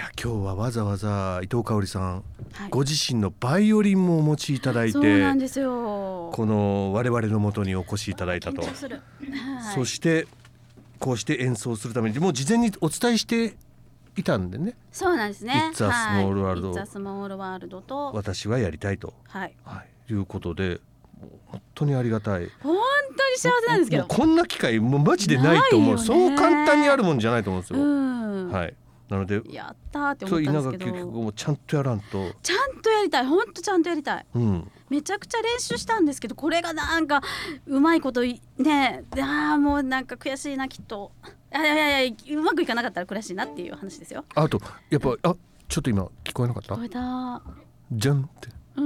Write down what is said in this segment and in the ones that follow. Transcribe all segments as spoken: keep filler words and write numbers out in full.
や今日はわざわざ伊藤香織さん、 はい、 ご自身のバイオリンもお持ちいただいて、 そうなんですよ。 この我々の元にお越しいただいたと。 緊張する、はい、 そしてこうして演奏するためにもう事前にお伝えしていたんでね。 そうなんですね。 It's a Small World、 It's a Small World と私はやりたいと、 はいはい、いうことで本当にありがたい。 本当に幸せなんですけど、 もうこんな機会もうマジでないと思う。 ないよね。 そう簡単にあるもんじゃないと思うんですよ、 うん、 はい、なのでやったーって思ったんですけど、 稲垣結局もちゃんとやらんと。 ちゃんとやりたい、本当ちゃんとやりたい、 うん、 めちゃくちゃ練習したんですけど、これがなんかうまいこといね、あーもうなんか悔しいなきっと。いやいやいやうまくいかなかったら悔しいなっていう話ですよ。 あとやっぱあちょっと今聞こえなかった？ 聞こえた。 じゃんって、 うん、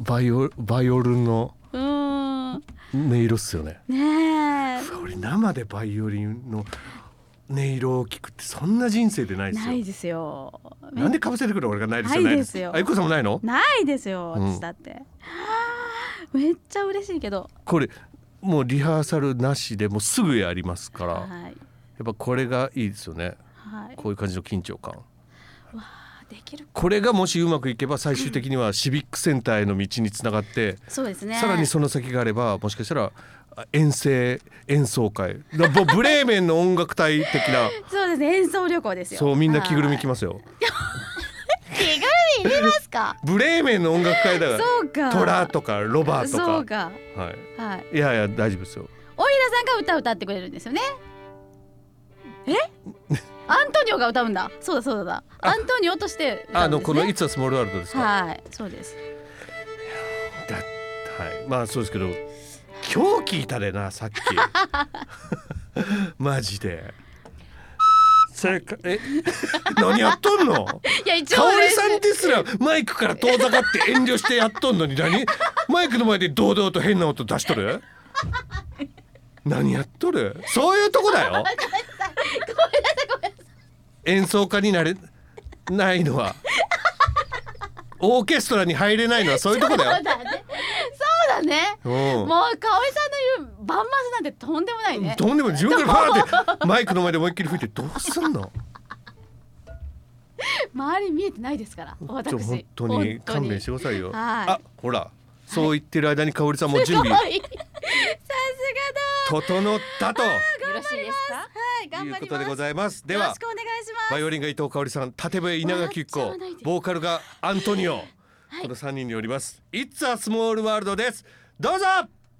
バイオバイオリンのうん音色っすよね。 ねえ、 俺生でバイオリンの音色を聞くってそんな人生でないですよ。 ないですよ。 なんでかぶせてくる俺がないですよ。 ないですよ。 あゆこさんもないの？ ないですよ、 うん私だって、はあ、めっちゃ嬉しいけど、 これもうリハーサルなしでもうすぐやりますから、 はい、 やっぱこれがいいですよね、 はい、 こういう感じの緊張感。 わあできる。 これがもしうまくいけば最終的にはシビックセンターへの道につながって、 そうですね、 さらにその先があればもしかしたら遠征演奏会だもうブレーメンの音楽隊的なそうですね、演奏旅行ですよ。 そうみんな着ぐるみ着ますよ。 着ぐるみ入れますか？ ブレーメンの音楽会だからそうか、 トラとかロバとか、 そうか、 はいはい、 いやいや大丈夫ですよ。 オイラさんが歌を歌ってくれるんですよね。えアントニオが歌うんだ。そうだそうだ、アントニオとして歌うんですね。 あのこの It's a Small World ですか？ はい、そうです。 だはいまあそうですけど今日聞いたでなさっきマジで正解え何やっとんの？ いや一応香織さんですらマイクから遠ざかって遠慮してやっとんのに何マイクの前で堂々と変な音出しとる？何やっとる？そういうとこだよ。演奏家になれないのはオーケストラに入れないのはそういうとこだよ。 そうだね、そうだね、 うん、 もう香織さんの言うバンマスなんてとんでもないね。 とんでも自分からファーってマイクの前で思いっきり吹いてどうすんの？ 周り見えてないですから私。 本当に勘弁してくださいよ。 はい、 あほらそう言ってる間に香織さんも準備さすがだ。 整ったとよろしいですか？はい、頑張ります。 いうことでございます。ではよろしくお願いします。 バイオリンが伊藤香織さん、縦笛稲垣由紀子、ボーカルがアントニオ、はい、このさんにんによります It's a Small World です。どうぞ。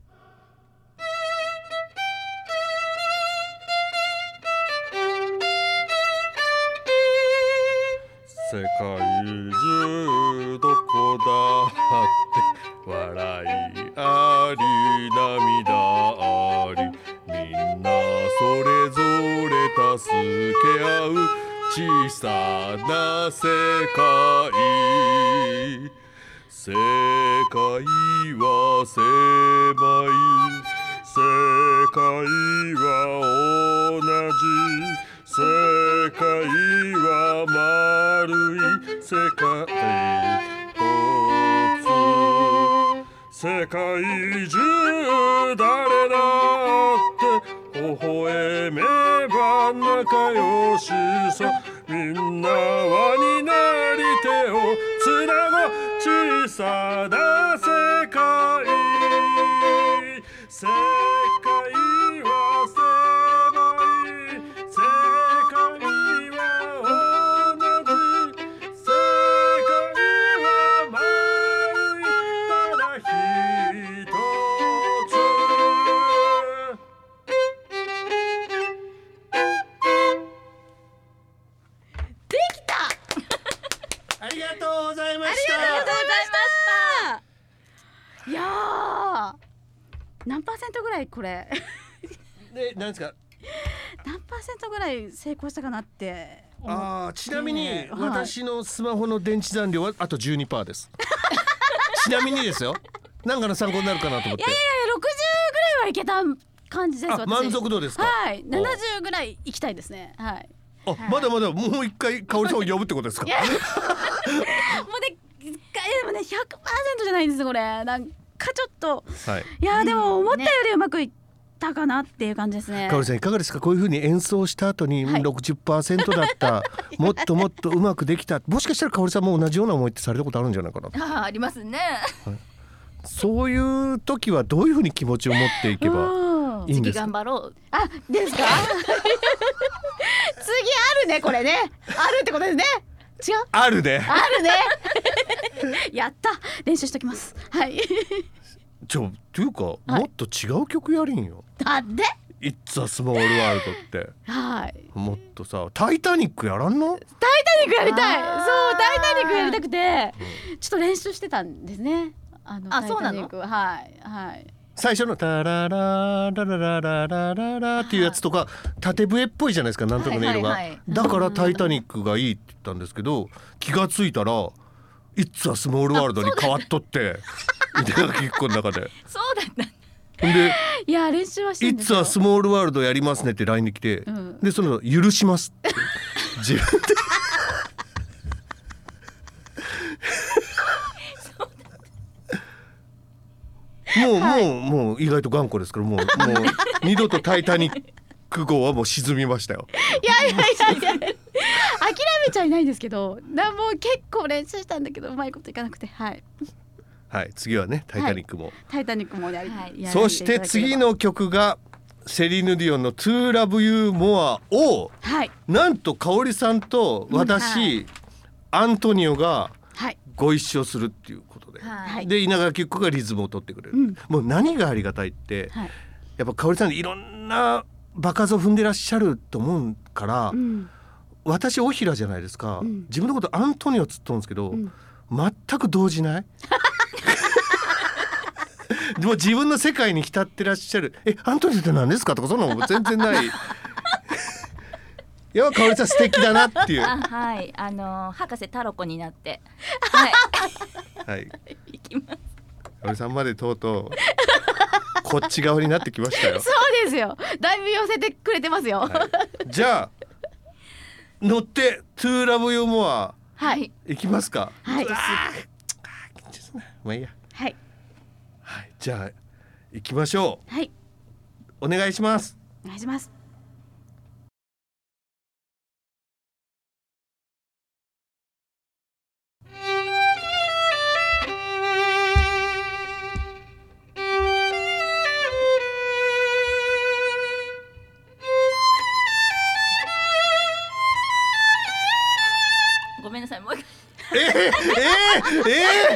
世界中どこだって笑いあり涙ありみんなそれぞれ助け合う小さな世界。世界は狭い世界は同じ世界は丸い世界一つ世界中誰だって微笑めば仲良しさみんな輪になり手をつなぐ小さな世界世界は狭い世界は同じ世界は丸いただ一つ。 できた。 ありがとうございました。 ありがとうございました。いやー何パーセントぐらいこれでなんですか？ 何パーセントぐらい成功したかなって思って。 あちなみに、 はい、 私のスマホの電池残量はあと じゅうにパーセント ですちなみにですよ、なんかの参考になるかなと思って。 いやいやいやろくじゅうぐらいはいけた感じです。 あ満足度ですか？ はい、ななじゅうぐらいいきたいですね。はい。 あ、はい、まだまだもう一回香織さんを呼ぶってことですか？もうで一回でもね ひゃくパーセント じゃないんですこれ。なんかちょっと、 はい、 いやでも思ったよりうまくいったかなっていう感じですね。 かおりさんいかがですか、こういう風に演奏した後に ろくじゅっパーセント だった、はい、もっともっとうまくできた、もしかしたらかおりさんも同じような思いってされたことあるんじゃないかな。 あ, ありますね、 はい、そういう時はどういう風に気持ちを持っていけばいいんですか。 次頑張ろう。 あ、ですか次あるね、これね、あるってことですね。違う、 あるねあるねやった、練習しときます。はいちょっていうか、はい、もっと違う曲やりんよ。 だって It's a small world って、 はい、 もっとさ、タイタニックやらんの。 タイタニックやりたい。そう、タイタニックやりたくて、うん、ちょっと練習してたんですね。あのあ、そうなの。 はいはい。 最初のタラララララララララっていうやつとか縦笛っぽいじゃないですか、なんとなく音色が、はいはいはい、だからタイタニックがいいって言ったんですけど、気がついたら It's a small world に変わっとって稲垣一個の中でそうだったで、 いや練習はしてんですよ。 It's a small world やりますねって ライン に来て、うん、でその許しますって自分でもう、はい、もうもう意外と頑固ですから、もうもう二度とタイタニック号はもう沈みましたよ。 いやいやいやいや諦めちゃいないんですけど、なもう結構練習したんだけどうまいこといかなくて、はいはい、次はねタイタニックも、はい、 タイタニックもやり、はい、 そして次の曲がセリーヌ・ディオンの To Love You More を、はい、なんとかおりさんと私、うんはい、アントニオがご一緒するっていうことで、はい、で稲垣子がリズムを取ってくれる、うん、もう何がありがたいって、はい、やっぱかおりさんいろんな場数を踏んでらっしゃると思うから、うん、私オヒラじゃないですか、うん、自分のことアントニオっつっとるんですけど、うん、全く動じないでも自分の世界に浸ってらっしゃる。え、アントニオって何ですかとかそんなのも全然ないいや、かおりさん素敵だなっていう。 あ、はい、あのー、博士タロコになってはい、 はい、 行きます。かおりさんまでとうとうこっち側になってきましたよ。 そうですよ、だいぶ寄せてくれてますよ、はい、 じゃあ乗って To Love You More はい行きますか。 はい、 あーまあいいや、 はいはい、じゃあ行きましょう。 はい、 お願いします。 お願いします。 ごめんなさい、もう一回。えー、えー、え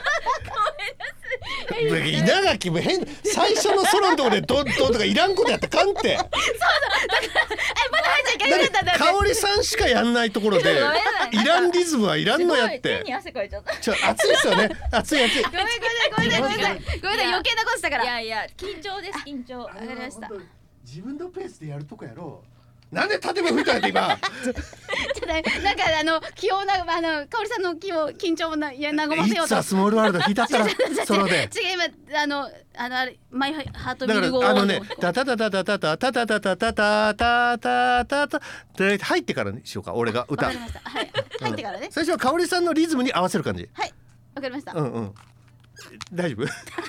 ー、ごめんなさい。稲垣も変、最初のソロのところでドンドンとかいらんことやったらかんって。そうそう、だからえ、まだ入っちゃいけないんだんだって。 かおりさんしかやんないところでいらんリズムはいらんのやって。 手に汗かいちゃった。 ちょ、暑いですよね。暑い暑い。 ごめんごめんごめんごめんごめんごめん、余計なことしたから。 いやいや、緊張です、緊張。わかりました。 自分のペースでやるとこやろう。なんで縦笛吹いたんやって今ちょっとなんかあの気をな、あのかおりさんの気を緊張もな、いや和ませようと。 いつはスモールワールド弾いたったらソロで違う、今あのあのあれマイハートビル号だからあのねタタタタタタタタタタタタタタタタタで入ってからにしようか、俺が歌。 わかりました、はい、入ってからね。 最初はかおりさんのリズムに合わせる感じ。 はい、わかりました。 うんうん、大丈夫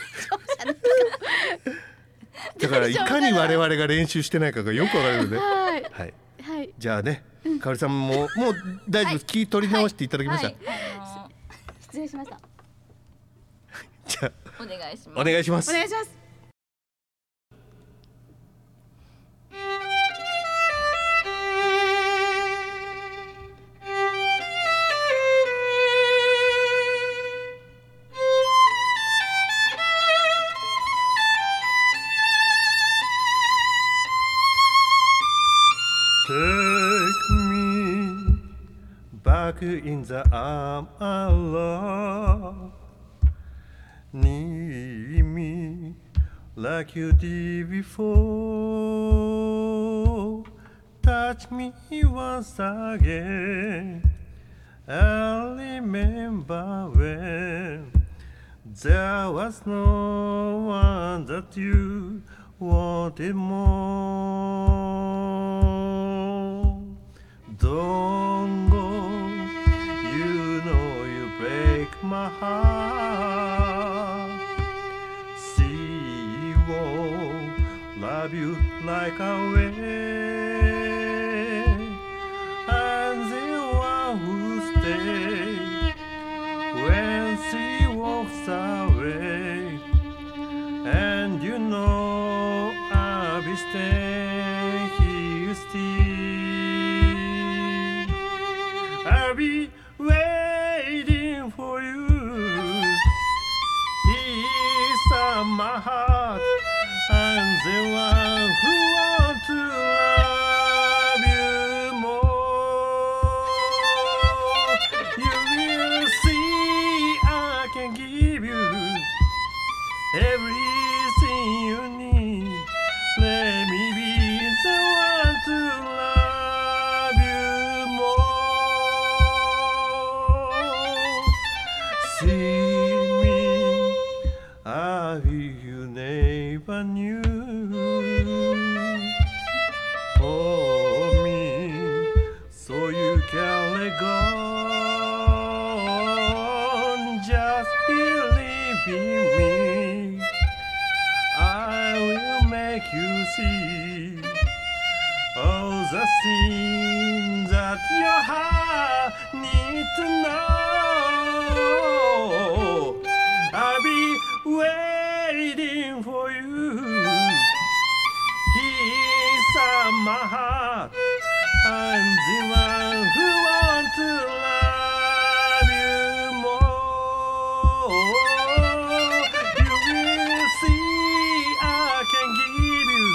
だからいかに我々が練習してないかがよくわかるので、はいはいはい、じゃあね、かおりさんももう大丈夫です、気取り直していただきました。 失礼しました。 じゃあお願いします。 お願いします。お願いします。 Take me back in the arm of love. Need me like you did before. Touch me once again. I remember when there was no one that you wanted more.Don't go, you know you break my heart. See, won't love who stayed when she walks away, and you know I'll be staying here still. I'll be waiting for you. He's on my heart. I'm the one who wants to love you more. You will see I can give you everything you need. Let me be the one to love you more. See me, I you never knew. Hold me so you can let go. Just believe in me. I will make you see all the things that your heart needs to know. I'll be waiting for you. He's on my heart. I'm the one who wants to love you more. You will see I can give you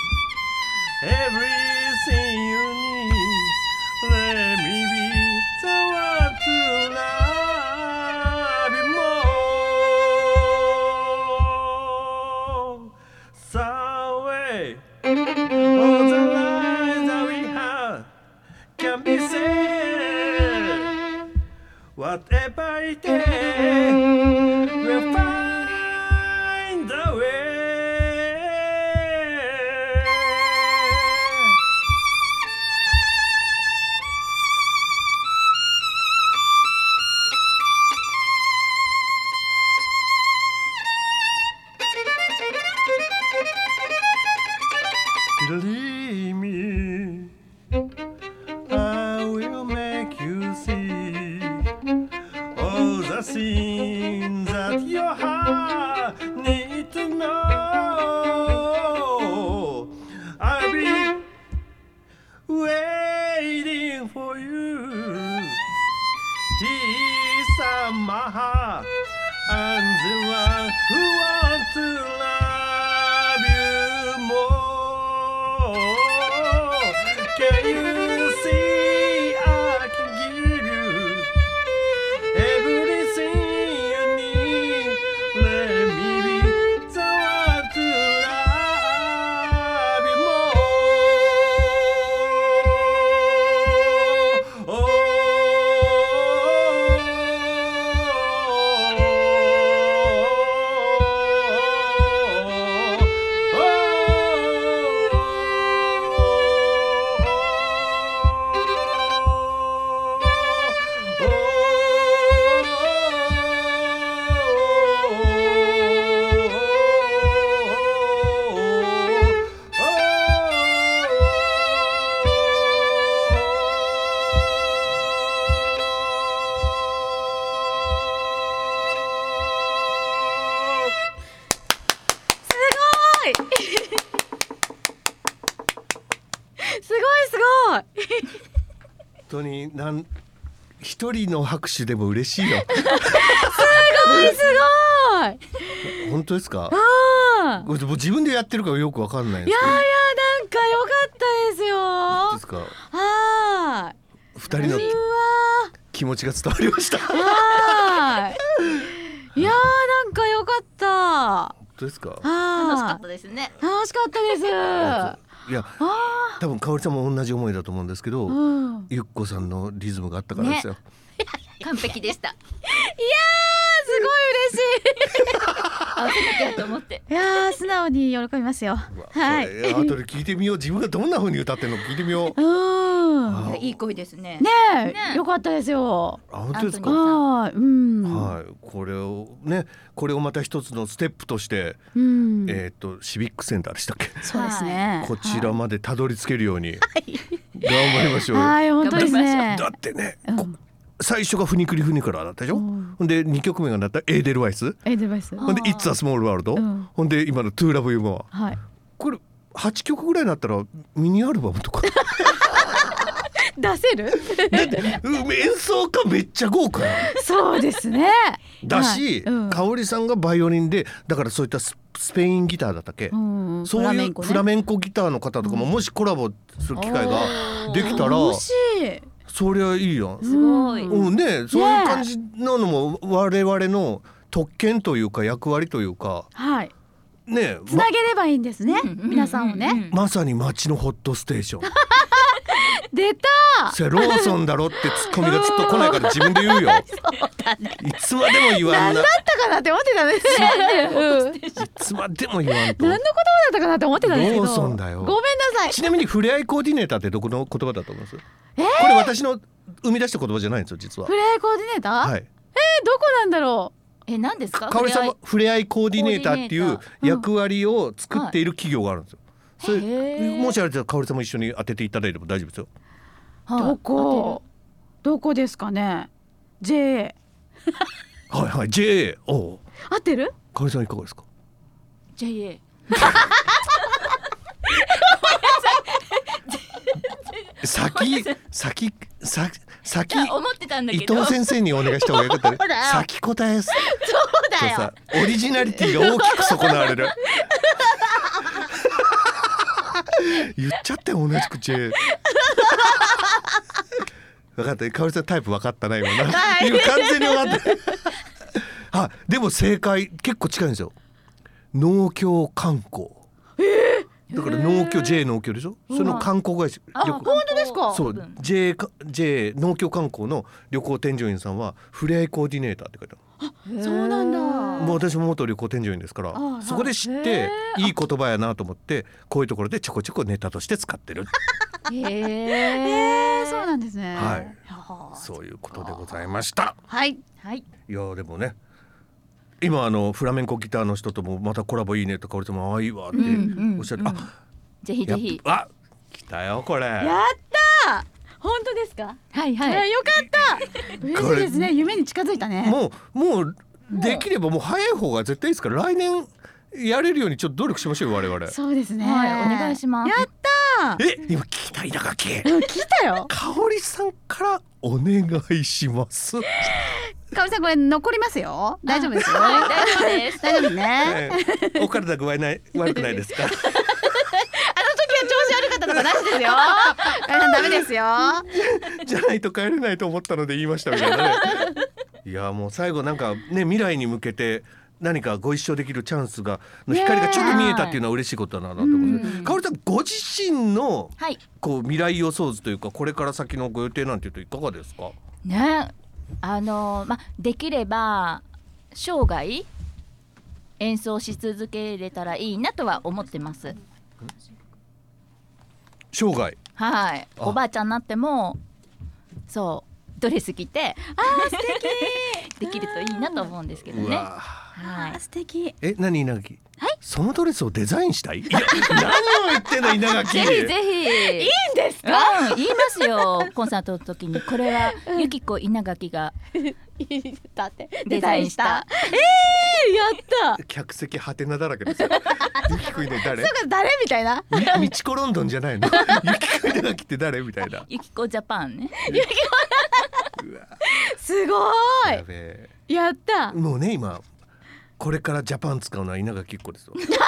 everything you need. Let me be the one to love you more. Someway, all the lies that we have can be said. Whatever it takes, we'll find a way. Believe me, I will make you see all the things that your heart needs to know. I'll be waiting for you. He's on my heart. I'm the one who wants to love you more. Can you see I can give you everything you need? Let me be the one to love you more. Oh,当になん一人の拍手でも嬉しいよ。 すごいすごい。 本当ですか？ あこれもう自分でやってるからよくわかんないんいやいですけど。 やなんか良かったですよ。 本当ですか？ はい。 二人のうわ気持ちが伝わりました。 はい。いやーなんか良かった。 本当ですか？ 楽しかはったですね。 い。楽しかったです。 いやあ多分香織さんも同じ思いだと思うんですけど、 ーうん。 ゆっこさんのリズムがあったからですよ。 完璧でした。 いやーすごい嬉しい。 合わせなきゃと思って。 いやー素直に喜びますよ。はい。 これ後で聞いてみよう。自分がどんな風に歌ってるのか聞いてみよう。 うん。 あいやいい声ですね。 ねえ、 ねよかったですよ。 あ本当ですか？ アントニオはい。うん。 はい、これをね、これをまた一つのステップとして、 うん。 えっとシビックセンターでしたっけ？ そうですね。 こちらまでたどり着けるように、 張りましょうよ。 はい本当ですね。 だってね、 うんこ最初がフニクリフニクラだったでしょ、うん、ほんでにきょくめがなったエーデルワイス、 エーデルワイス、 ほんで It's a Small World、うん、ほんで今の To Love You More、はい、これはちきょくぐらいになったらミニアルバムとか出せるだって演奏家めっちゃ豪華やん。 そうですねだし、はいうん、香織さんがバイオリンでだからそういったスペインギターだったっけ、うんうん、そういうフラメンコギターの方とかももしコラボする機会ができたら、 楽しい、 そりゃいいやん。 すごい、 うんね、そういう感じなのも我々の特権というか役割というか、 はいね、 つなげればいいんですね、ま、皆さんをね、 まさに街のホットステーション出たそれローソンだろってツッコミがずっと来ないから自分で言うよそうだね、 いつまでも言わんな。 何だったかなって思ってたんですね、うん、 いつまでも言わんと何の言葉だったかなって思ってたんですけど、 ローソンだよ。 ごめんなさい。ちなみにふれあいコーディネーターってどこの言葉だと思います？えー、これ私の生み出した言葉じゃないんですよ実は。 ふれあいコーディネーター、はい、えー、どこなんだろう。 え、何ですか？ 香織さんはふれあいコーディネーターっていう役割を作っている企業があるんですよ、うん、それもしあれだったら香織さんも一緒に当てていただいても大丈夫ですよ。 どこどこですかね。 ジェーエーはいはい ジェーエー お合ってる？ 香織さんいかがですか？ ジェーエー先先先先思ってたんだけど伊藤先生にお願いした方がよかったね。先答えす。 そうだよ。 さオリジナリティが大きく損なわれる言っちゃって同じ口分かった。香織さんタイプ分かったな今な、はい、今完全に分かったあでも正解結構近いんですよ。農協観光、えー、だから農協 J 農協でしょ、その観光会社、 あ本当ですか。 そう J, J 農協観光の旅行添乗員さんはふれあいコーディネーターって書いてある。 あそうなんだ。 もう私も元旅行添乗員ですから、そこで知っていい言葉やなと思ってこういうところでちょこちょこネタとして使ってる。 へえー、そうなんですね。 はい、そういうことでございました。 はいはい。 いやでもね今あのフラメンコギターの人ともまたコラボいいねとか俺ともあいいわっておっしゃって、うんうんうん、あぜひぜひあ来たよこれ。やった本当ですか。はいはい。よかった嬉しいですね。夢に近づいたね。 もうもうできればもう早い方が絶対いいですから来年やれるようにちょっと努力しましょうよ我々。 そうですね、 はい、お願いします。 やったえ今聞いた稲垣、 うん、聞いたよ。 香織さんからお願いします。 香織さんこれ残りますよ。大丈夫ですよ。 大丈夫です。 大丈夫ですね、 えー、お体具合ない悪くないですか？ あの時は調子悪かったとかなしですよ。ダメですよ。 じゃないと帰れないと思ったので言いましたみたいなね。いやもう最後なんかね未来に向けて何かご一緒できるチャンスがの光がちょっと見えたっていうのは嬉しいことだなと思うんです。香織さんご自身のこう未来予想図というかこれから先のご予定なんていうといかがですか？ ね、あのまできれば生涯演奏し続けれたらいいなとは思ってます。 生涯はい、おばあちゃんになってもそうドレス着てあー素敵できるといいなと思うんですけどね。 はい、素敵。 え、何稲垣、 はい、 そのドレスをデザインしたい？いや何を言ってんの稲垣。 ぜひぜひ。 いいんですか？ うん、言いますよコンサートの時にこれはゆきこ稲垣がだってデザインした。 えー、やった。 客席ハテナだらけですよ。ゆきこ稲誰？ そうか誰みたいな。 みちこロンドンじゃないの？ゆきこ稲垣って誰みたいな。 ゆきこジャパンね。 ゆきこすごい。 やべえ。 やった。 もうね今これからジャパン使うのは稲垣っ子ですよ。 香織さん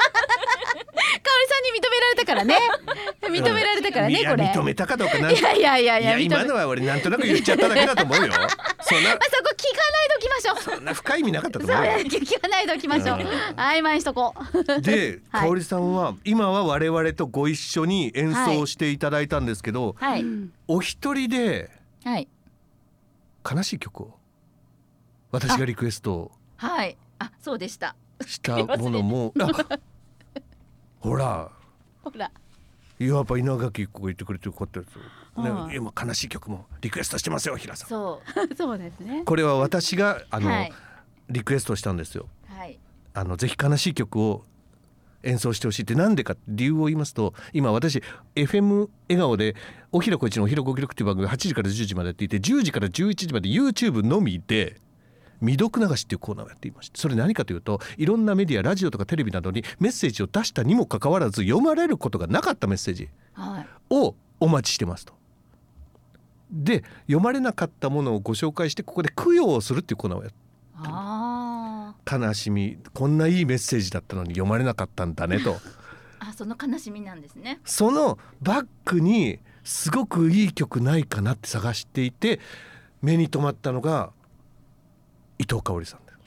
に認められたからね。認められたからね、これ。 認めたかどうかなんいやいやいやいや、 今のは俺なんとなく言っちゃっただけだと思うよ。そんな、 まあ、そこ聞かないときましょう。 そんな深い意味なかったと思うよ。 聞かないときましょう。曖昧にしとこう。で、香織さんは今は我々とご一緒に演奏していただいたんですけど、 はい、 お一人で悲しい曲を私がリクエストをはい、あ、そうでした。 したものもほらほらやっぱ稲垣っ子が言ってくれてよかったですよ、ね、今悲しい曲もリクエストしてますよ平さん。 そうそうですね。 これは私があの、 はい、 リクエストしたんですよ、 はい、 あのぜひ悲しい曲を演奏してほしいってなんでかって理由を言いますと、今私 エフエム 笑顔でおひろこいちのおひろこ記録っていう番組がはちじからじゅうじまでやっていて、じゅうじからじゅういちじまで YouTube のみで未読流しっていうコーナーをやっていまして、それ何かというと、いろんなメディアラジオとかテレビなどにメッセージを出したにもかかわらず読まれることがなかったメッセージをお待ちしてますと。で読まれなかったものをご紹介してここで供養をするっていうコーナーをやって、 あ悲しみ、こんないいメッセージだったのに読まれなかったんだねとあ、その悲しみなんですね。 そのバックにすごくいい曲ないかなって探していて、目に留まったのが伊藤かおりさんだ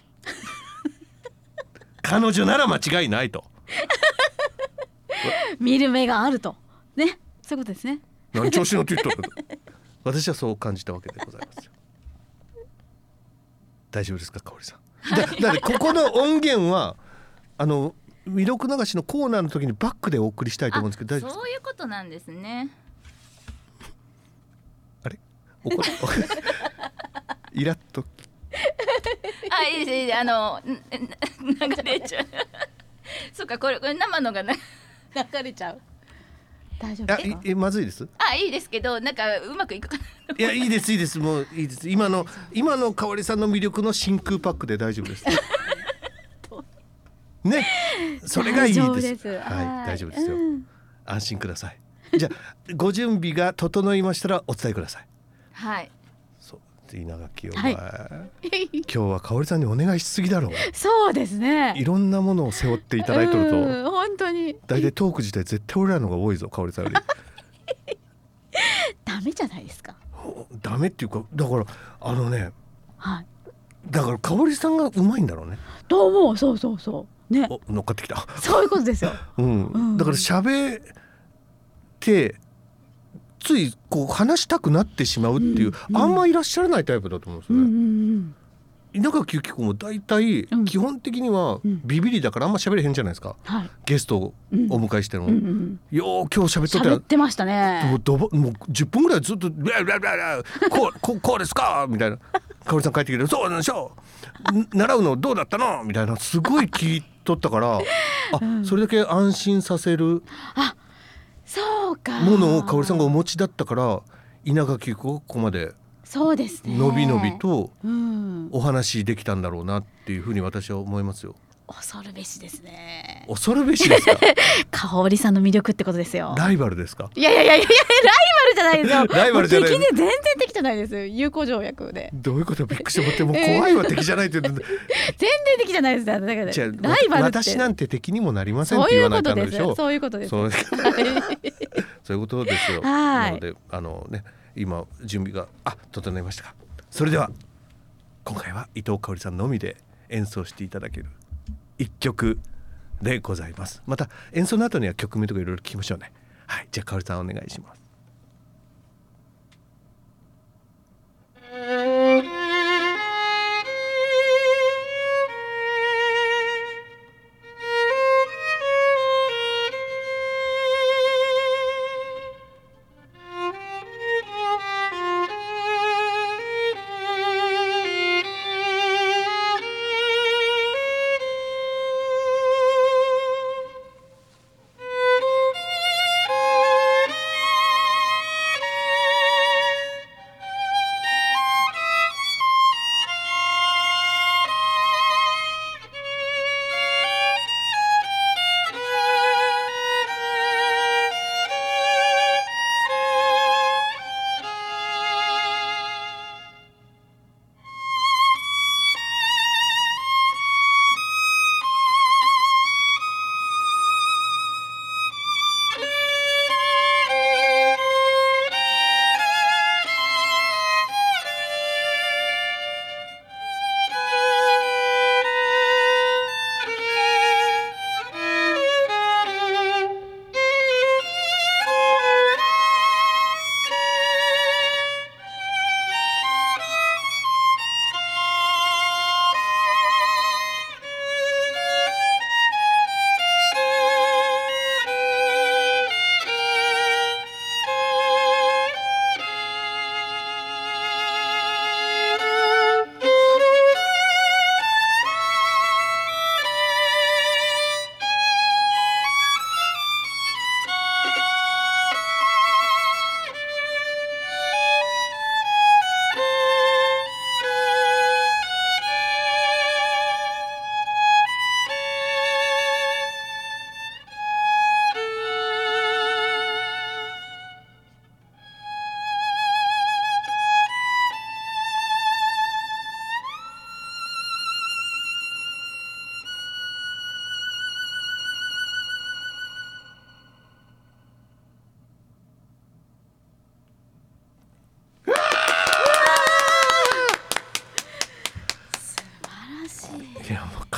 彼女なら間違いないと見る目があるとね、そういうことですね。 何調子乗って言ったの私はそう感じたわけでございますよ。大丈夫ですかかおりさん。だだってここの音源はあの魅力流しのコーナーの時にバックでお送りしたいと思うんですけど、大丈夫ですか。 そういうことなんですね。 あれ怒るイラッとあ、いいですいいです、あの流れちゃうそうか、これこれ生のがな流れちゃう。大丈夫あですか。 えまずいです。 あ、いいですけど、なんかうまくいくかな。 いやいいですいいです、もういいです。今の今のかおりさんの魅力の真空パックで大丈夫ですね、それがいいです。 大丈夫です。 はい、 はい大丈夫ですよ、 うん、 安心ください。じゃあご準備が整いましたらお伝えください。 はい。 そう稲垣おは前、 い、 今日はかおりさんにお願いしすぎだろう。 そうですね。 いろんなものを背負っていただいてると、 うん、本当にだいたいトーク自体絶対俺らの方が多いぞ、かおりさんよりダメじゃないですか。 ダメっていうか、だからあのね、 はい、 だからかおりさんがうまいんだろうね。 どうも、そうそうそうね、 お乗っかってきたそういうことですよ、 うんうん、 だから喋ってついこう話したくなってしまうっていう、うんうん、あんまいらっしゃらないタイプだと思うんですよね、うんうんうん、稲垣由紀子もだいたい基本的にはビビリだからあんま喋れへんじゃないですか、うん、ゲストをお迎えしての、うんうんうん、よう今日喋っとったら喋ってましたね。 もうどもうじゅっぷんぐらいずっとブラブラブラこう、こう、こうですかみたいな、かおりさん帰ってきてそうなんでしょう習うのどうだったのみたいな、すごい聞いとったからあ、うん、それだけ安心させるあそうかものをかおりさんがお持ちだったから稲垣由紀子がここまでそうですね、 のびのびとお話できたんだろうなっていうふうに私は思いますよ。 恐るべしですね。 恐るべしですかかおりさんの魅力ってことですよ。 ライバルですか。 いやいやいやいや、ライバルじゃないですよライバルじゃない、 敵ね、全然敵じゃないです。友好条約で。 どういうこと。びっくりしてもってもう怖いわ、敵じゃないって全然敵じゃないです。だからライバルって私なんて敵にもなりませんって言わないとダメでしょ。 そういうことです。 そういうことですそういうことですよ。 はい。 なのであのね、今準備があ整いましたか。それでは今回は伊藤かおりさんのみで演奏していただける一曲でございます。また演奏の後には曲名とかいろいろ聞きましょうね。はい、じゃあかおりさんお願いします。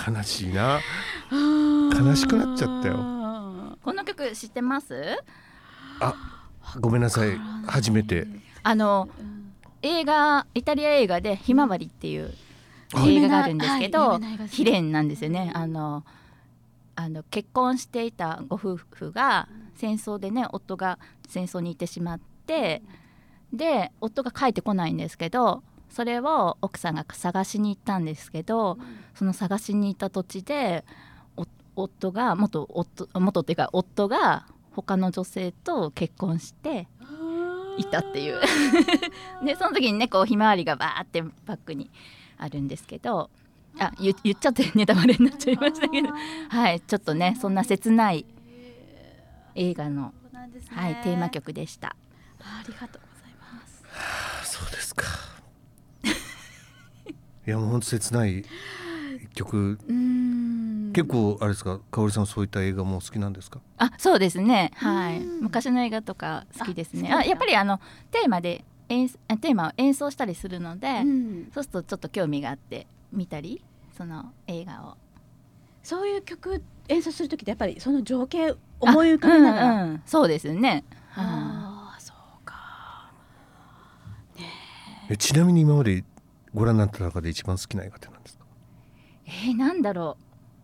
悲しいな。悲しくなっちゃったよ。 この曲知ってます？ あ、ごめんなさい、初めて。 あの映画イタリア映画でひまわりっていう映画があるんですけど、悲恋なんですよね。あのあの結婚していたご夫婦が戦争でね、夫が戦争に行ってしまって、で夫が帰ってこないんですけど、それを奥さんが探しに行ったんですけど、その探しに行った土地で夫が元夫元っていうか夫が他の女性と結婚していたっていうでその時にねこうひまわりがバーってバックにあるんですけど、あ 言, 言っちゃってネタバレになっちゃいましたけど、はい、ちょっとねそんな切ない映画の、ね、はい、テーマ曲でした。 ありがとうございます。 はあ、そうですか。いやもう本当切ない曲。うーん、結構あれですか、香織さんそういった映画も好きなんですか？ あ、そうですね、はい、昔の映画とか好きですね。あ、やっぱりあのテーマで演テーマを演奏したりするので、うん、そうするとちょっと興味があって見たり、その映画を。 そういう曲演奏するときってやっぱりその情景思い浮かべながら、 うんうん、そうですね。 ああ、そうか、 ね、えちなみに今までご覧になった中で一番好きな映画って何ですか？ えー、なんだろ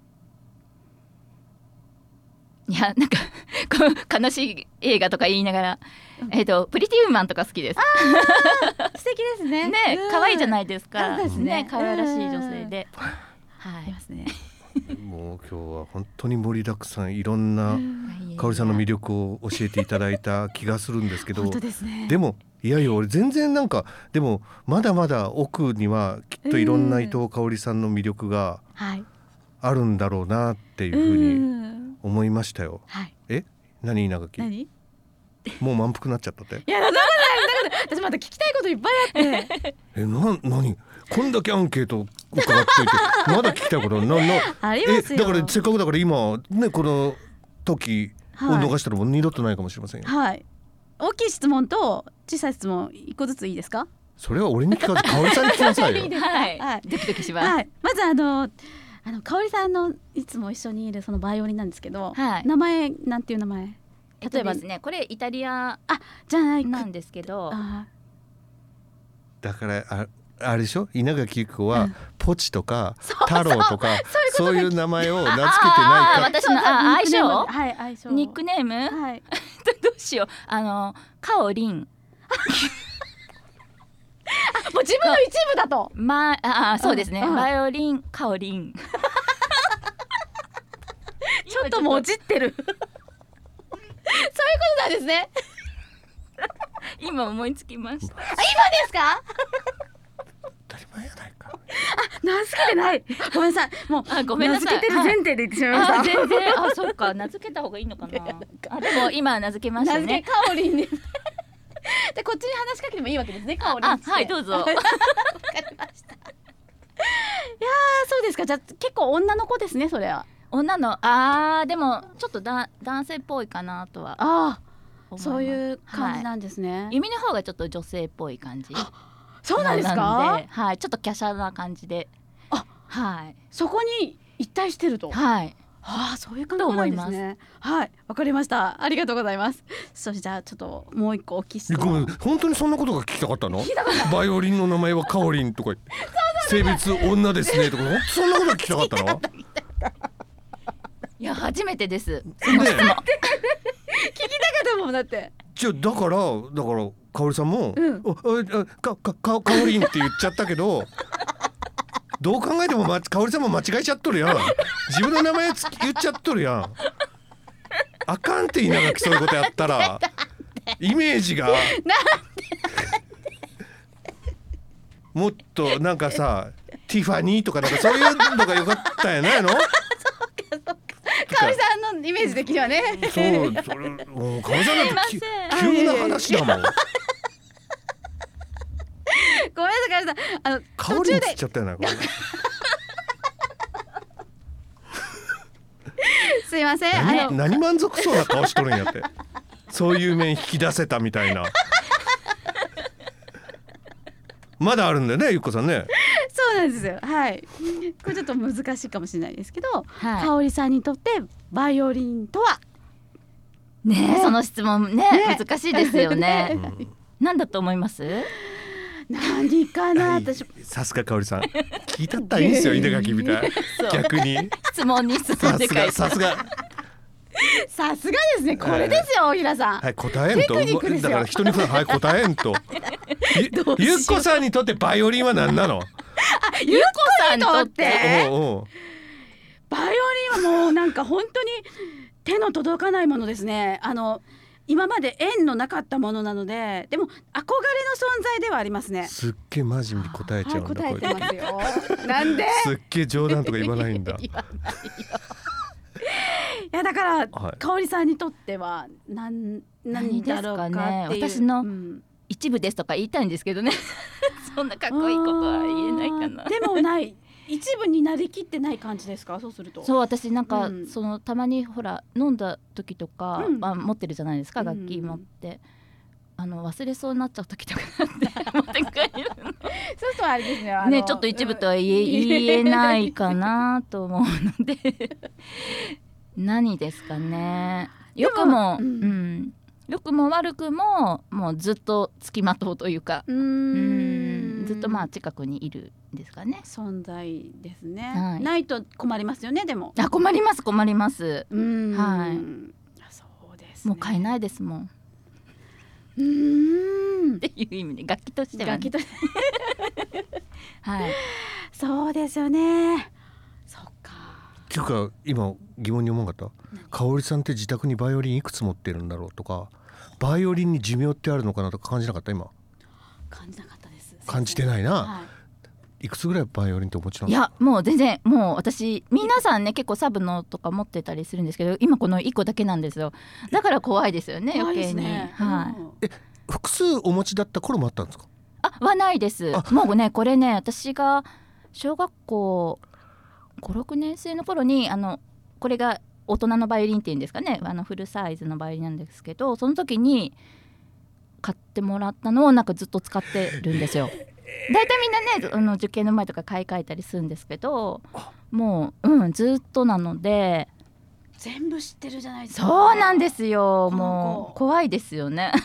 う。いやなんかこう悲しい映画とか言いながら、うん、えーとプリティウーマンとか好きです。 あ素敵ですね。 ね、可愛いじゃないですか。 そうですね、 可愛らしい女性で、 はい、いますね。 もう今日は本当に盛りだくさん、いろんな香織さんの魅力を教えていただいた気がするんですけど、 本当ですね。 でもいやいや俺全然なんかでもまだまだ奥にはきっといろんな伊藤香織さんの魅力があるんだろうなっていうふうに思いましたよ。 はい、 え何稲垣何もう満腹になっちゃったって？ いやだから私まだ聞きたいこといっぱいあってえな何こんだけアンケート伺っていてまだ聞きたいことななありますよ。 えだからせっかくだから今ねこの時を逃したらもう二度とないかもしれませんよ。 はい、大きい質問と小さい質問一個ずついいですか？ それは俺に聞かず香織さんに聞きなさいよ。 いいですか？ はい、 はい、 ドキドキします。 はい、まずあのあの香織さんのいつも一緒にいるそのバイオリンなんですけど、はい、名前なんていう名前？ 例えばですね、これイタリアあじゃないなんですけど、 あだからああれでしょ、稲垣由紀子は、うん、ポチとか太郎とかそういう名前を名付けてないか。 私のあ愛称、 はい、愛称ニックネーム、はい、どうしよう、あのカオリンもう自分の一部だと、 まあそうですね、うん、バイオリンカオリンちょっともじってるそういうことなんですね今思いつきました。 あ、今ですか？ 当たり前やないか。 あ、名付けてない。ごめんなさい。もうあごめんなさい。名付けてる前提で言ってしまいました。 はい、全然あ、そっか、名付けた方がいいのかな。あ、でも今名付けましたね。 名付けカオリンです。でこっちに話しかけてもいいわけですね。カオリン。 あ、はい、どうぞ。わかりました。いやそうですか。じゃあ結構女の子ですね、それは。 女のあーでもちょっとだ男性っぽいかなとは。 ああ、そういう感じなんですね。 はい、弓の方がちょっと女性っぽい感じ。 そうなんですか？ はい、ちょっと華奢な感じで。あ、はい。 そこに一体してると。 はい。 はあ、そういう感じなんですね。はい、わかりました。ありがとうございます。そしてじゃあちょっともう一個お聞きして。 ごめん、本当にそんなことが聞きたかったの？バイオリンの名前はカオリンとか言って性別女ですねとか、本当そんなことが聞きたかったの？ いや初めてです。 その質問。聞きたかったもんだって。 じゃだからだから香織さんも、うん、あかかか香織んって言っちゃったけどどう考えても、ま、香織さんも間違えちゃっとるやん。自分の名前言っちゃっとるやん。あかんって稲垣、そういうことやったらイメージがもっとなんかさティファニーとかなんかそういうのがよかったんやないの？ 香織さんのイメージ的にはね。 そう、それもう香織さんなんて急な話だもん。 ごめんなさい、あの香りにつっちゃったよな。 すいません。 何、 あの何満足そうな顔しとるんやって。そういう面引き出せたみたいな。まだあるんだよね、ゆっこさんね。 そうそうなんですよ。はい。これちょっと難しいかもしれないですけど、 はい、 香織さんにとってバイオリンとはねえ、その質問 ね, ね難しいですよね。 うん、 何だと思います？ 何かな、私さすが香織さん聞いたったらいいんですよ稲垣みたい逆に質問に質問で書いてさすがさすがですね。これですよ、大平さん。 はい、答えんと。だから人に普段はい答えんと。ゆ, ゆっこさんにとってバイオリンは何なの？ ゆっこさんにとっておうおう、 バイオリンはもうなんか本当に手の届かないものですね。あの今まで縁のなかったものなので、でも憧れの存在ではありますね。 すっげえ真面目に答えちゃうんだ。 はい、答えてますよ。なんで？ すっげえ冗談とか言わないんだ。 いやだから、はい、香織さんにとっては何何だろうかっていう、 ね、私の一部ですとか言いたいんですけどねそんなかっこいいことは言えないかな。 でもない一部になりきってない感じですか？そうすると。 そう、私なんか、うん、そのたまにほら飲んだ時とか、うんまあ、持ってるじゃないですか、楽器持って、うん、あの忘れそうになっちゃう時とかって持って帰るのそうそうあれですね。 ね、ちょっと一部とは言え、うん、言えないかなと思うので何ですかね。よくも、うんうん、よくも悪くももうずっと付きまとうというか、うーん、ずっとまあ近くにいるんですかね。 存在ですね、 はい、 ないと困りますよね。でもあ、困ります困ります。 うーん、 はい、 そうですね。 もう買えないですもん。 うーんっていう意味で楽器としては、ね、 楽器としてはい、 そうですよね。そっか。 っていうか今疑問に思わなかった？香織さんって自宅にバイオリンいくつ持ってるんだろうとか、バイオリンに寿命ってあるのかなとか感じなかった？今感じなかったです。 感じてないな、 はい、 いくつぐらいバイオリンってお持ちなの？ いやもう全然、もう私皆さんね結構サブのとか持ってたりするんですけど、今このいっこだけなんですよ。だから怖いですよね、余計に、 ね、 はい、え複数お持ちだった頃もあったんですか？ あ、はないです。もうねこれね、私が小学校ご、ろくねん生の頃にあのこれが大人のバイオリンっていうんですかね、あのフルサイズのバイオリンなんですけど、その時に買ってもらったのをなんかずっと使ってるんですよ。大体みんなねあの受験の前とか買い替えたりするんですけど、もう、うん、ずっとなので全部知ってるじゃないですか。 そうなんですよ。もう怖いですよね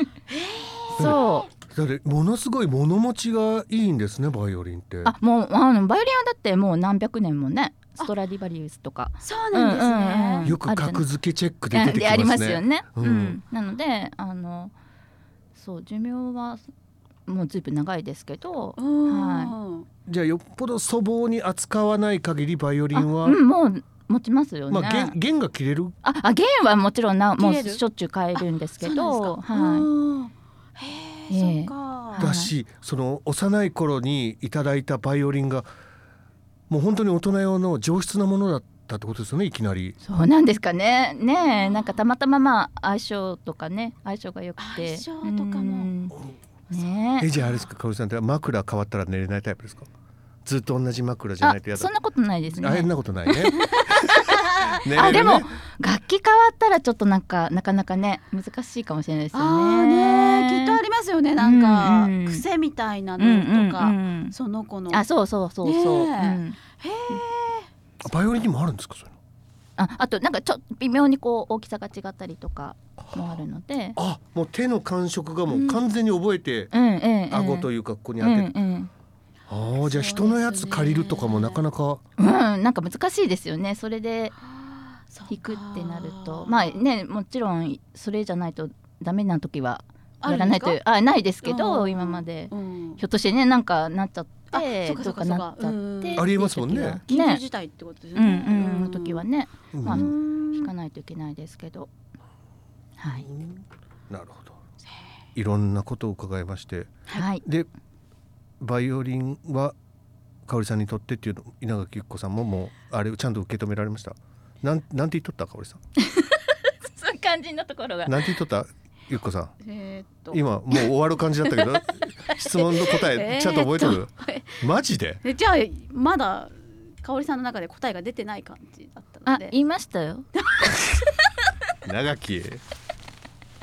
そうだってものすごい物持ちがいいんですね、バイオリンって。 あ、もうあのバイオリンはだってもう何百年もね、ストラディバリウスとか。 そうなんですね、うんうんうん、 よく格付けチェックで出てきますね。 ありますよね、 うんうん、なのであのそう寿命はもうずいぶん長いですけど、はい、 じゃあよっぽど粗暴に扱わない限りバイオリンは、 うん、もう持ちますよね。 まあ、弦, 弦が切れるああ弦はもちろんなもうしょっちゅう変えるんですけど、はい、 へえ、そうか。 だし、その幼い頃にいただいたバイオリンがもう本当に大人用の上質なものだったってことですよね。いきなりそうなんですかね。ねえ、なんかたまたままあ相性とかね、相性が良くて、 相性とかもねえ。 えじゃああれですか、香織さんって枕変わったら寝れないタイプですか？ずっと同じ枕じゃないとやだ。 そんなことないですね。 あ、変なことないねね、あでも楽器変わったらちょっとなんかなかなかね難しいかもしれないですよね。 あね、きっとありますよね。なんか、うんうん、癖みたいなのとか、うんうんうん、その子のあそうそうそうそう、ね、うん、 へえ。 バイオリンにもあるんですか、それ？ ああとなんかちょっと微妙にこう大きさが違ったりとかもあるので、 あもう手の感触がもう完全に覚えて、うん、顎というかここに当てて、うんうん、あじゃあ人のやつ借りるとかもなかなか、 うん、なんか難しいですよね。それで弾くってなるとまあね、もちろんそれじゃないとダメな時はやらないというあないですけど、うん、今まで、うん、ひょっとしてねなんかなっちゃってとかなっちゃってありえますもんね。 緊急事態ってことですよね。 うんうん、の時はね、うんまあ、弾かないといけないですけど、はい、 なるほど。いろんなことを伺いまして、 はい、 でバイオリンは香織さんにとってっていうの稲垣由紀子さんももうあれちゃんと受け止められました？なんなんて言っとった香織さんそういう感じのところがなんて言っとった由紀子さん、 えー、っと今もう終わる感じだったけど質問の答えちゃんと覚えてる？えー、マジで？ じゃあまだ香織さんの中で答えが出てない感じだったので。 あ言いましたよ長木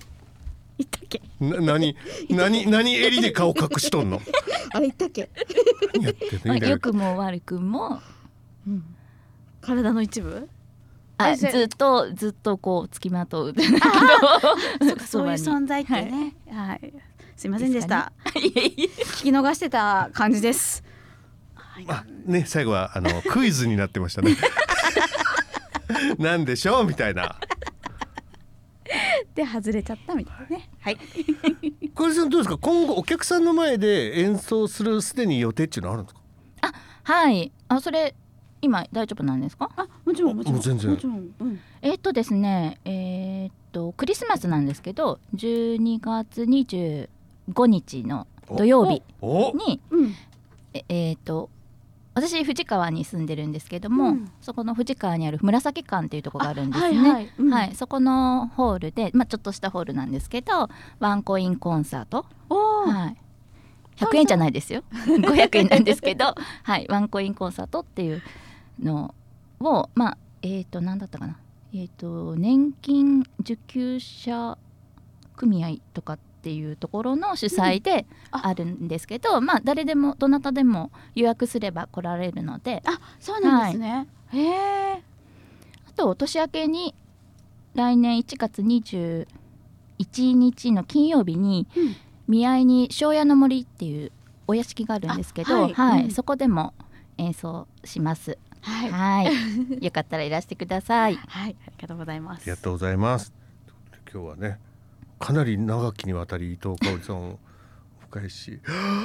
言ったっけ？ な何何何襟で顔隠しとんのあ言ったっけ何やってんの良くも悪くも、 うん、体の一部あずっとずっとこうつきまとうそうかそういう存在ってね、はい、はい、すいませんでした、ね、聞き逃してた感じです。 あね、最後はあのクイズになってましたねなんでしょうみたいなで外れちゃったみたいなね。はい小出さんどうですか、今後お客さんの前で演奏するすでに予定っていうのはあるんですか？ あはいあそれ今大丈夫なんですか？ あもちろんもちろんもう全然もちろん、うん、 えー、っとですねえー、っとクリスマスなんですけどじゅうにがつにじゅうごにちの土曜日にええー、っと私藤川に住んでるんですけども、うん、そこの藤川にある紫館っていうところがあるんですね。はい、はいうんはい、そこのホールで、まあ、ちょっとしたホールなんですけどワンコインコンサート、はい、ひゃくえんじゃないですよごひゃくえんなんですけど、はい、ワンコインコンサートっていうのをまあえっ、ー、と何だったかなえっ、ー、と年金受給者組合とかっていうところの主催であるんですけど、うん、まあ誰でもどなたでも予約すれば来られるので。 あそうなんですね、はい、へえ。 あと年明けに来年いちがつにじゅういちにちの金曜日に、うん、宮合に庄屋の森っていうお屋敷があるんですけど、はいはいうん、そこでも演奏します。はい、はいよかったらいらしてください。 はい、ありがとうございます。 ありがとうございます。今日はねかなり長きにわたり伊藤香織さんをお迎えし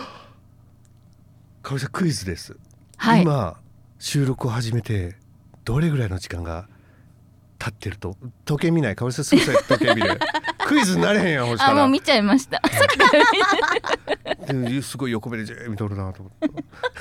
香織さんクイズです、はい、今収録を始めてどれぐらいの時間が経ってると時計見ない香織さんすぐさ時計見るクイズになれへんやんほしたらあもう見ちゃいましたすごい横目でジェー見とるなと思って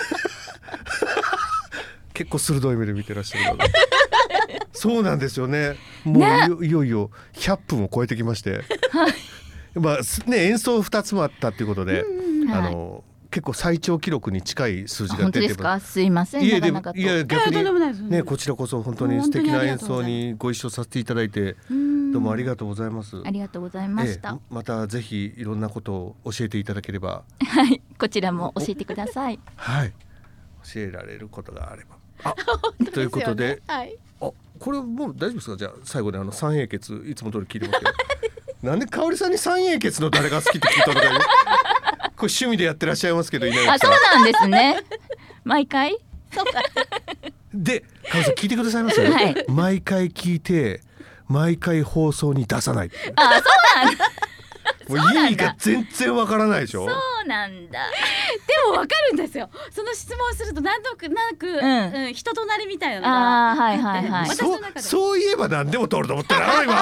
結構鋭い目で見てらっしゃるからそうなんですよねもう い, ね、いよいよひゃっぷんを超えてきまして、はいまあね、演奏ふたつもあったっていうことで、うんうんあのはい、結構最長記録に近い数字が出てます。本当ですか？ すいません。 いやでもいや逆に、ね、こちらこそ本当に素敵な演奏にご一緒させていただいてどうもありがとうございます。 ありがとうございました、 ええ、またぜひいろんなことを教えていただければはいこちらも教えてください。 はい教えられることがあればあということで、はい、あこれもう大丈夫ですか？じゃあ最後にあの三英傑いつも通り聞いてますけどなんで香織さんに三英傑の誰が好きって聞いたのかこれ趣味でやってらっしゃいますけどいないあそうなんですね毎回そうかで香織さん聞いてくださいます、はい、毎回聞いて毎回放送に出さないあそうなんだもう意味が全然わからないでしょ。 そうなんだでもわかるんですよ。その質問するとなんとなく、うんうん、人となりみたいなのがあ、はいはいはい、 私の中で そ, そういえば何でも通ると思ってる今いやい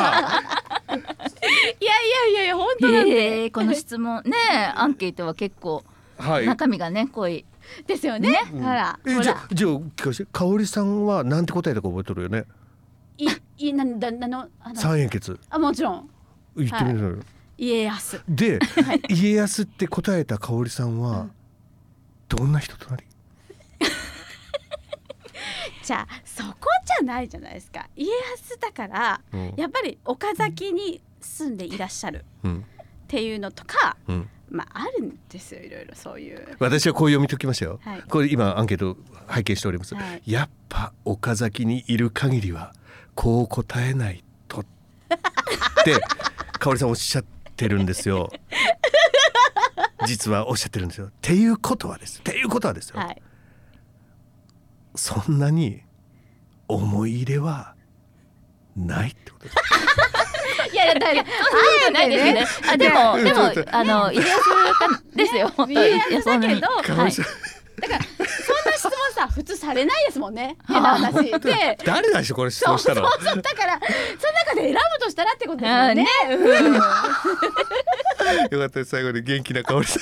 やいやいや本当なんで、 えー、この質問ねアンケートは結構中身がね濃いですよね、うん、ほらえー、じゃあじゃあ聞かせて香織さんはなんて答えたか覚えてるよね。 いいなんだなのあの三英傑あもちろん言ってみるのよ、 はい家康で、はい、家康って答えた香織さんはどんな人となりじゃあそこじゃないじゃないですか。家康だから、うん、やっぱり岡崎に住んでいらっしゃるっていうのとか、うん、まああるんですよいろいろそういう。 私はこう読み解きましたよ、はい、これ今アンケート拝見しております、はい、やっぱ岡崎にいる限りはこう答えないとって香織さんおっしゃっててるんですよ実はおっしゃってるんですよ。っていうことはですっていうことはですよ、はい、そんなに思い入れはないってことですいやいやだからそうないですね。あでもでもあの家康ですよ本当に。 家康だけど、はい、だからそんな質問さ普通されないですもんね変な話で誰だしこれ質問したの。 そうそうそうだからその中で選ぶとしたらってことですよね、うん、よかったです最後に元気な香織さん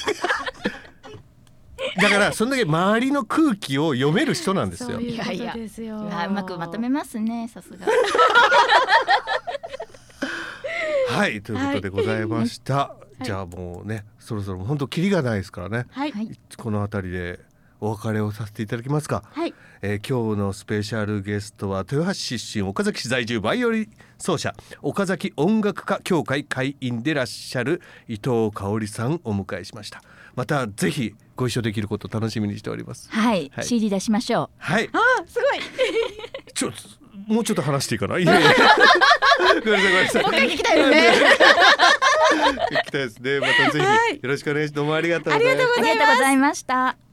だからそんだけ周りの空気を読める人なんですよ。 そういうことですよ。 いやいやうまくまとめますねさすがはいということでございました、はい、じゃあもうねそろそろ本当キリがないですからね、はい、このあたりでお別れをさせていただきますか、はいえー、今日のスペシャルゲストは豊橋出身岡崎市在住バイオリン奏者岡崎音楽家協会会員でいらっしゃる伊藤香織さんをお迎えしました。またぜひご一緒できることを楽しみにしております。 はい、はい、シーディー 出しましょう。 はい。 あーすごいちょもうちょっと話していいかな。いやいやごめんなさいごめんなさい。 もう一回聞きたいよね聞きたいですね。またぜひよろしくお願いします。どうもありがとうございました。 ありがとうございました。